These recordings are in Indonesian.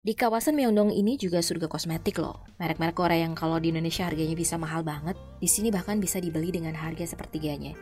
Di kawasan Myeongdong ini juga surga kosmetik loh. Merek-merek Korea yang kalau di Indonesia harganya bisa mahal banget, di sini bahkan bisa dibeli dengan harga sepertiganya.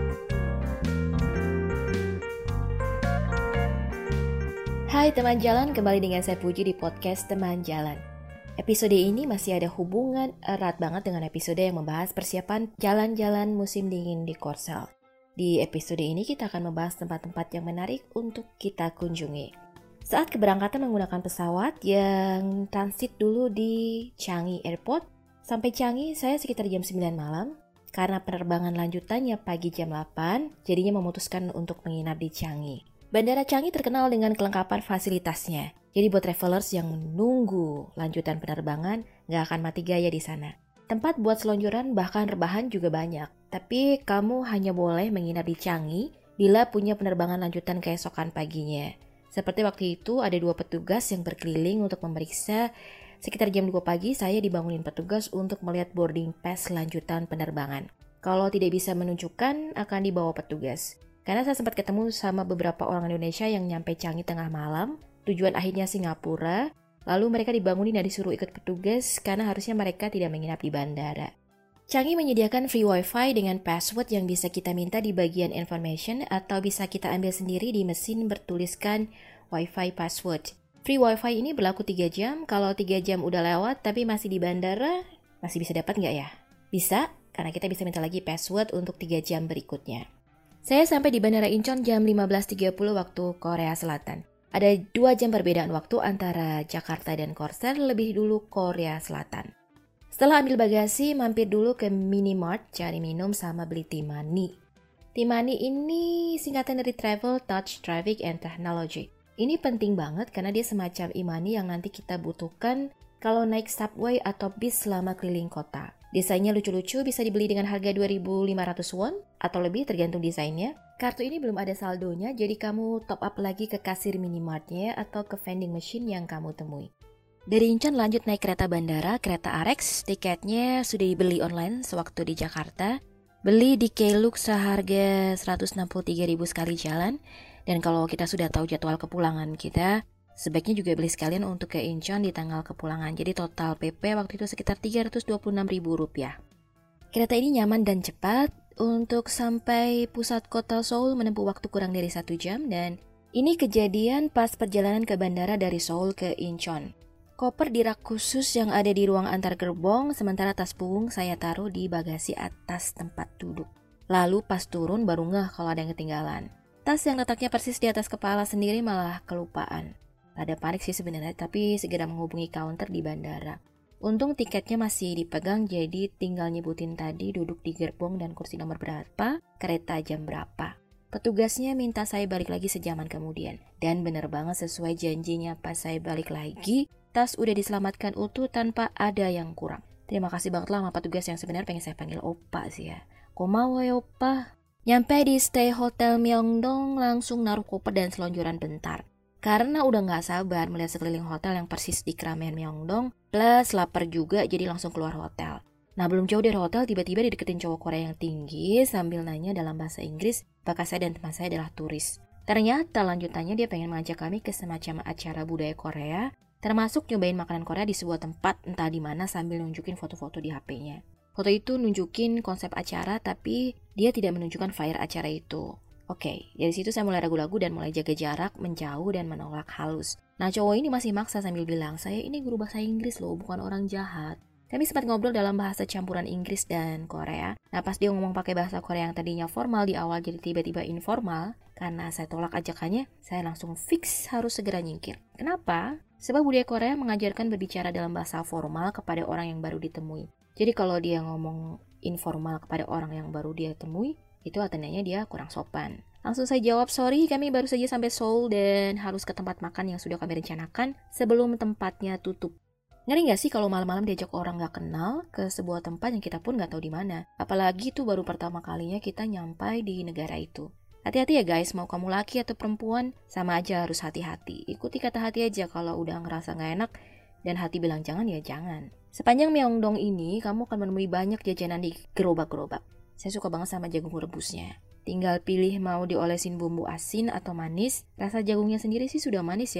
Hai teman jalan, kembali dengan saya Puji di podcast Teman Jalan. Episode ini masih ada hubungan erat banget dengan episode yang membahas persiapan jalan-jalan musim dingin di Korsel. Di episode ini kita akan membahas tempat-tempat yang menarik untuk kita kunjungi. Saat keberangkatan menggunakan pesawat yang transit dulu di Changi Airport, sampai Changi saya sekitar jam 9 malam. Karena penerbangan lanjutannya pagi jam 8, jadinya memutuskan untuk menginap di Changi. Bandara Changi terkenal dengan kelengkapan fasilitasnya. Jadi buat travelers yang menunggu lanjutan penerbangan, nggak akan mati gaya di sana. Tempat buat selonjoran bahkan rebahan juga banyak. Tapi kamu hanya boleh menginap di Changi bila punya penerbangan lanjutan keesokan paginya. Seperti waktu itu ada 2 petugas yang berkeliling untuk memeriksa. Sekitar jam 2 pagi saya dibangunin petugas untuk melihat boarding pass lanjutan penerbangan. Kalau tidak bisa menunjukkan akan dibawa petugas. Karena saya sempat ketemu sama beberapa orang Indonesia yang nyampe Changi tengah malam, tujuan akhirnya Singapura, lalu mereka dibangunin dan disuruh ikut petugas karena harusnya mereka tidak menginap di bandara. Changi menyediakan free wifi dengan password yang bisa kita minta di bagian information atau bisa kita ambil sendiri di mesin bertuliskan wifi password. Free wifi ini berlaku 3 jam, kalau 3 jam udah lewat tapi masih di bandara, masih bisa dapat nggak ya? Bisa, karena kita bisa minta lagi password untuk 3 jam berikutnya. Saya sampai di Bandara Incheon jam 15.30 waktu Korea Selatan. Ada 2 jam perbedaan waktu antara Jakarta dan Korsel, lebih dulu Korea Selatan. Setelah ambil bagasi, mampir dulu ke Minimart, cari minum sama beli T-Money. T-Money ini singkatan dari Travel, Touch, Traffic, and Technology. Ini penting banget karena dia semacam e-money yang nanti kita butuhkan kalau naik subway atau bis selama keliling kota. Desainnya lucu-lucu, bisa dibeli dengan harga 2.500 won atau lebih tergantung desainnya. Kartu ini belum ada saldonya, jadi kamu top up lagi ke kasir minimartnya atau ke vending machine yang kamu temui. Dari Incheon lanjut naik kereta bandara, kereta Arex, tiketnya sudah dibeli online sewaktu di Jakarta. Beli di Klook seharga 163.000 sekali jalan. Dan kalau kita sudah tahu jadwal kepulangan kita, sebaiknya juga beli sekalian untuk ke Incheon di tanggal kepulangan. Jadi total PP waktu itu sekitar 326.000 rupiah. Kereta ini nyaman dan cepat. Untuk sampai pusat kota Seoul menempuh waktu kurang dari 1 jam. Dan ini kejadian pas perjalanan ke bandara dari Seoul ke Incheon. Koper di rak khusus yang ada di ruang antar gerbong, sementara tas punggung saya taruh di bagasi atas tempat duduk. Lalu pas turun baru ngeh kalau ada yang ketinggalan. Tas yang letaknya persis di atas kepala sendiri malah kelupaan. Ada panik sih sebenarnya, tapi segera menghubungi counter di bandara. Untung tiketnya masih dipegang, jadi tinggal nyebutin tadi duduk di gerbong dan kursi nomor berapa, kereta jam berapa. Petugasnya minta saya balik lagi sejaman kemudian. Dan bener banget sesuai janjinya, pas saya balik lagi, tas udah diselamatkan utuh tanpa ada yang kurang. Terima kasih banget lah sama petugas yang sebenarnya pengen saya panggil Opa sih ya. Komawa ya Opa. Nyampe di stay hotel Myeongdong, langsung naruh koper dan selonjoran bentar. Karena udah gak sabar melihat sekeliling hotel yang persis di keramaian Myeongdong, plus lapar juga jadi langsung keluar hotel. Nah belum jauh dari hotel tiba-tiba dideketin cowok Korea yang tinggi sambil nanya dalam bahasa Inggris apakah saya dan teman saya adalah turis. Ternyata lanjutannya dia pengen mengajak kami ke semacam acara budaya Korea, termasuk nyobain makanan Korea di sebuah tempat entah di mana sambil nunjukin foto-foto di HP-nya. Foto itu nunjukin konsep acara tapi dia tidak menunjukkan flyer acara itu. Oke, dari situ saya mulai ragu-ragu dan mulai jaga jarak, menjauh dan menolak halus. Nah cowok ini masih maksa sambil bilang, saya ini guru bahasa Inggris loh, bukan orang jahat. Kami sempat ngobrol dalam bahasa campuran Inggris dan Korea. Nah pas dia ngomong pakai bahasa Korea yang tadinya formal di awal jadi tiba-tiba informal, karena saya tolak ajakannya, saya langsung fix harus segera nyingkir. Kenapa? Sebab budaya Korea mengajarkan berbicara dalam bahasa formal kepada orang yang baru ditemui. Jadi kalau dia ngomong informal kepada orang yang baru dia temui, itu tandanya dia kurang sopan. Langsung saya jawab, sorry kami baru saja sampai Seoul dan harus ke tempat makan yang sudah kami rencanakan sebelum tempatnya tutup. Ngeri gak sih kalau malam-malam diajak orang gak kenal ke sebuah tempat yang kita pun gak tahu di mana? Apalagi itu baru pertama kalinya kita nyampai di negara itu. Hati-hati ya guys, mau kamu laki atau perempuan, sama aja harus hati-hati. Ikuti kata hati aja kalau udah ngerasa gak enak dan hati bilang jangan ya jangan. Sepanjang Myeongdong ini, kamu akan menemui banyak jajanan di gerobak-gerobak. Saya suka banget sama jagung rebusnya. Tinggal pilih mau diolesin bumbu asin atau manis. Rasa jagungnya sendiri sih sudah manis ya.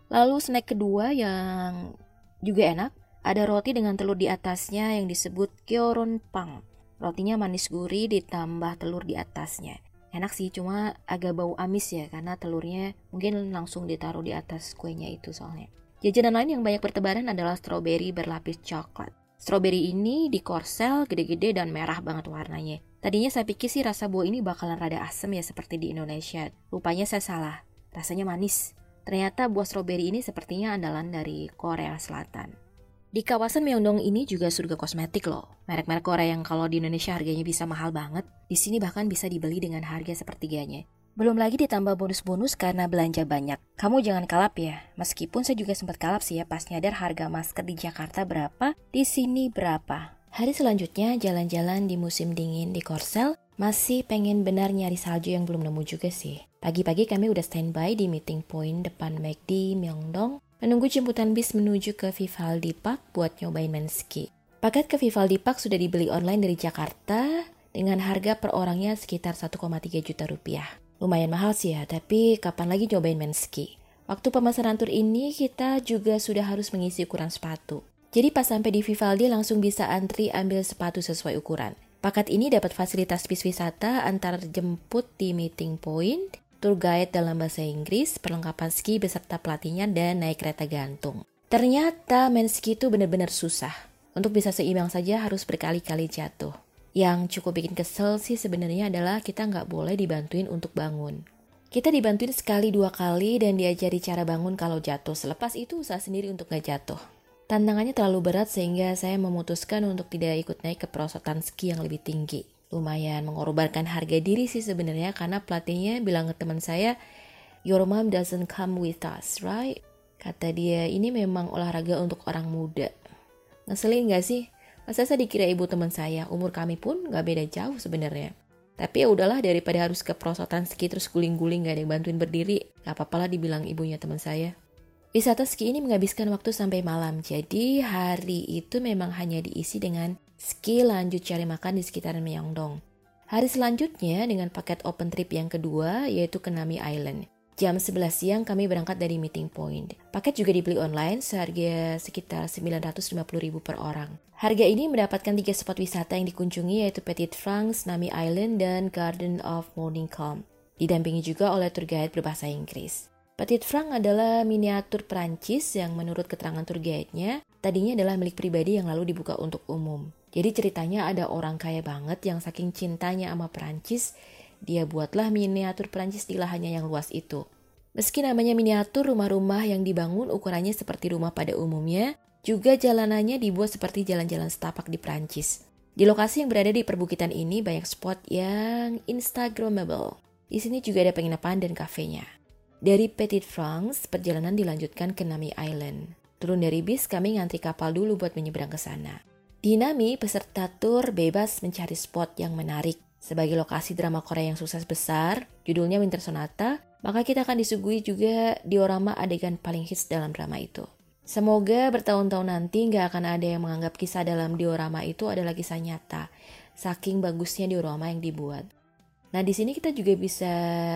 Lalu snack kedua yang juga enak, ada roti dengan telur di atasnya yang disebut gyeonpang. Rotinya manis gurih ditambah telur di atasnya. Enak sih, cuma agak bau amis ya karena telurnya mungkin langsung ditaruh di atas kuenya itu soalnya. Jajanan lain yang banyak bertebaran adalah stroberi berlapis coklat. Stroberi ini di korsel gede-gede dan merah banget warnanya. Tadinya saya pikir sih rasa buah ini bakalan rada asam ya seperti di Indonesia. Rupanya saya salah, rasanya manis. Ternyata buah stroberi ini sepertinya andalan dari Korea Selatan. Di kawasan Myeongdong ini juga surga kosmetik loh. Merek-merek Korea yang kalau di Indonesia harganya bisa mahal banget, di sini bahkan bisa dibeli dengan harga sepertiganya. Belum lagi ditambah bonus-bonus karena belanja banyak. Kamu jangan kalap ya, meskipun saya juga sempat kalap sih ya pas nyadar harga masker di Jakarta berapa, di sini berapa. Hari selanjutnya jalan-jalan di musim dingin di Korsel, masih pengen benar nyari salju yang belum nemu juga sih. Pagi-pagi kami udah standby di meeting point depan McD Myeongdong, menunggu jemputan bis menuju ke Vivaldi Park buat nyobain main ski. Paket ke Vivaldi Park sudah dibeli online dari Jakarta dengan harga per orangnya sekitar 1,3 juta rupiah. Lumayan mahal sih ya, tapi kapan lagi nyobain main ski? Waktu pemesanan tur ini kita juga sudah harus mengisi ukuran sepatu. Jadi pas sampai di Vivaldi langsung bisa antri ambil sepatu sesuai ukuran. Paket ini dapat fasilitas bis wisata antar jemput di meeting point, tour guide dalam bahasa Inggris, perlengkapan ski beserta pelatihnya dan naik kereta gantung. Ternyata main ski itu benar-benar susah. Untuk bisa seimbang saja harus berkali-kali jatuh. Yang cukup bikin kesel sih sebenarnya adalah kita nggak boleh dibantuin untuk bangun. Kita dibantuin sekali 2 kali dan diajari cara bangun kalau jatuh. Selepas itu usaha sendiri untuk nggak jatuh. Tantangannya terlalu berat sehingga saya memutuskan untuk tidak ikut naik ke perosotan ski yang lebih tinggi. Lumayan mengorbankan harga diri sih sebenarnya karena pelatihnya bilang ke teman saya, "Your mom doesn't come with us, right?" Kata dia, ini memang olahraga untuk orang muda. Ngeselin gak sih? Masa saya dikira ibu teman saya, umur kami pun gak beda jauh sebenarnya. Tapi ya udahlah daripada harus ke perosotan ski terus guling-guling gak ada yang bantuin berdiri, gak apa-apa lah dibilang ibunya teman saya. Wisata ski ini menghabiskan waktu sampai malam, jadi hari itu memang hanya diisi dengan ski lanjut cari makan di sekitaran Myeongdong. Hari selanjutnya dengan paket open trip yang kedua yaitu ke Nami Island. Jam 11 siang kami berangkat dari meeting point. Paket juga dibeli online seharga sekitar 950.000 per orang. Harga ini mendapatkan 3 spot wisata yang dikunjungi yaitu Petit France, Nami Island, dan Garden of Morning Calm. Didampingi juga oleh tour guide berbahasa Inggris. Petit France adalah miniatur Prancis yang menurut keterangan tour guide-nya tadinya adalah milik pribadi yang lalu dibuka untuk umum. Jadi ceritanya ada orang kaya banget yang saking cintanya sama Prancis, dia buatlah miniatur Prancis di lahannya yang luas itu. Meski namanya miniatur, rumah-rumah yang dibangun ukurannya seperti rumah pada umumnya, juga jalanannya dibuat seperti jalan-jalan setapak di Prancis. Di lokasi yang berada di perbukitan ini banyak spot yang instagramable. Di sini juga ada penginapan dan kafenya. Dari Petit France, perjalanan dilanjutkan ke Nami Island. Turun dari bis, kami ngantri kapal dulu buat menyeberang ke sana. Di Nami, peserta tur bebas mencari spot yang menarik. Sebagai lokasi drama Korea yang sukses besar, judulnya Winter Sonata, maka kita akan disuguhi juga diorama adegan paling hits dalam drama itu. Semoga bertahun-tahun nanti nggak akan ada yang menganggap kisah dalam diorama itu adalah kisah nyata, saking bagusnya diorama yang dibuat. Nah di sini kita juga bisa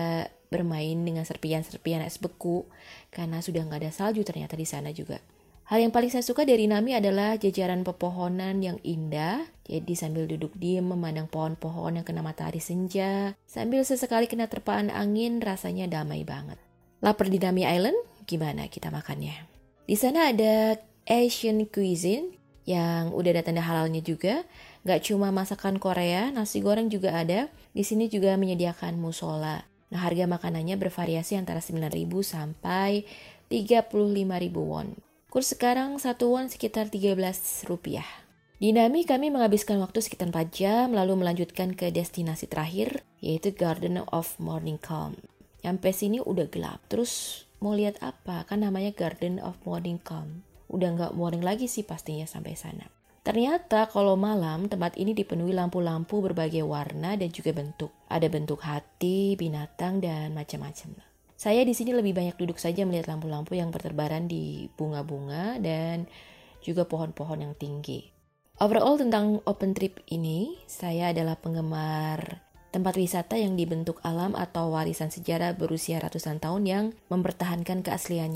bermain dengan serpian-serpian es beku karena sudah nggak ada salju ternyata di sana juga. Hal yang paling saya suka dari Nami adalah jajaran pepohonan yang indah. Jadi sambil duduk diem memandang pohon-pohon yang kena matahari senja, sambil sesekali kena terpaan angin, rasanya damai banget. Lapar di Nami Island? Gimana kita makannya? Di sana ada Asian cuisine yang udah ada tanda halalnya juga. Gak cuma masakan Korea, nasi goreng juga ada. Di sini juga menyediakan musola. Nah, harga makanannya bervariasi antara 9.000 sampai 35.000 won. Kurs sekarang 1 won sekitar 13 rupiah. Di Nami kami menghabiskan waktu sekitar 4 jam lalu melanjutkan ke destinasi terakhir yaitu Garden of Morning Calm. Sampai sini udah gelap. Terus mau lihat apa? Kan namanya Garden of Morning Calm. Udah nggak morning lagi sih pastinya sampai sana. Ternyata kalau malam tempat ini dipenuhi lampu-lampu berbagai warna dan juga bentuk. Ada bentuk hati, binatang, dan macam-macam. Saya di sini lebih banyak duduk saja melihat lampu-lampu yang berterbaran di bunga-bunga dan juga pohon-pohon yang tinggi. Overall tentang open trip ini, saya adalah penggemar tempat wisata yang dibentuk alam atau warisan sejarah berusia ratusan tahun yang mempertahankan keasliannya.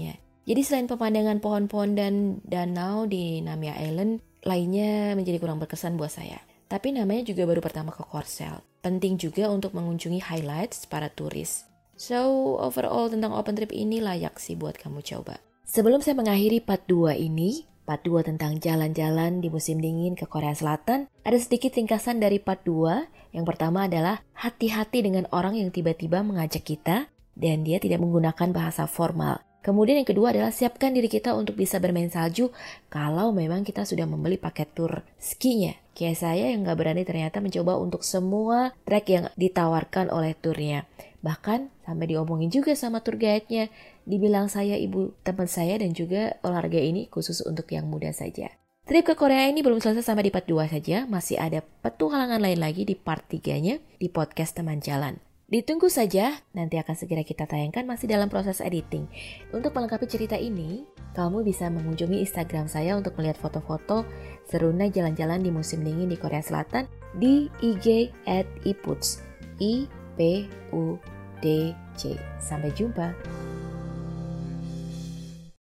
Jadi selain pemandangan pohon-pohon dan danau di Namia Island, lainnya menjadi kurang berkesan buat saya. Tapi namanya juga baru pertama ke Korsel. Penting juga untuk mengunjungi highlights para turis. So, overall tentang open trip ini layak sih buat kamu coba. Sebelum saya mengakhiri part 2 ini, part 2 tentang jalan-jalan di musim dingin ke Korea Selatan, ada sedikit ringkasan dari part 2. Yang pertama adalah hati-hati dengan orang yang tiba-tiba mengajak kita dan dia tidak menggunakan bahasa formal. Kemudian yang kedua adalah siapkan diri kita untuk bisa bermain salju kalau memang kita sudah membeli paket tour skinya. Kayak saya yang gak berani ternyata mencoba untuk semua trek yang ditawarkan oleh turnya. Bahkan sampai diomongin juga sama tour guide-nya. Dibilang saya ibu teman saya dan juga olahraga ini khusus untuk yang muda saja. Trip ke Korea ini belum selesai sampai di part 2 saja. Masih ada petualangan lain lagi di part 3-nya di podcast Teman Jalan. Ditunggu saja, nanti akan segera kita tayangkan, masih dalam proses editing. Untuk melengkapi cerita ini, kamu bisa mengunjungi Instagram saya untuk melihat foto-foto serunya jalan-jalan di musim dingin di Korea Selatan di IG @ipuds, IPUDC. Sampai jumpa.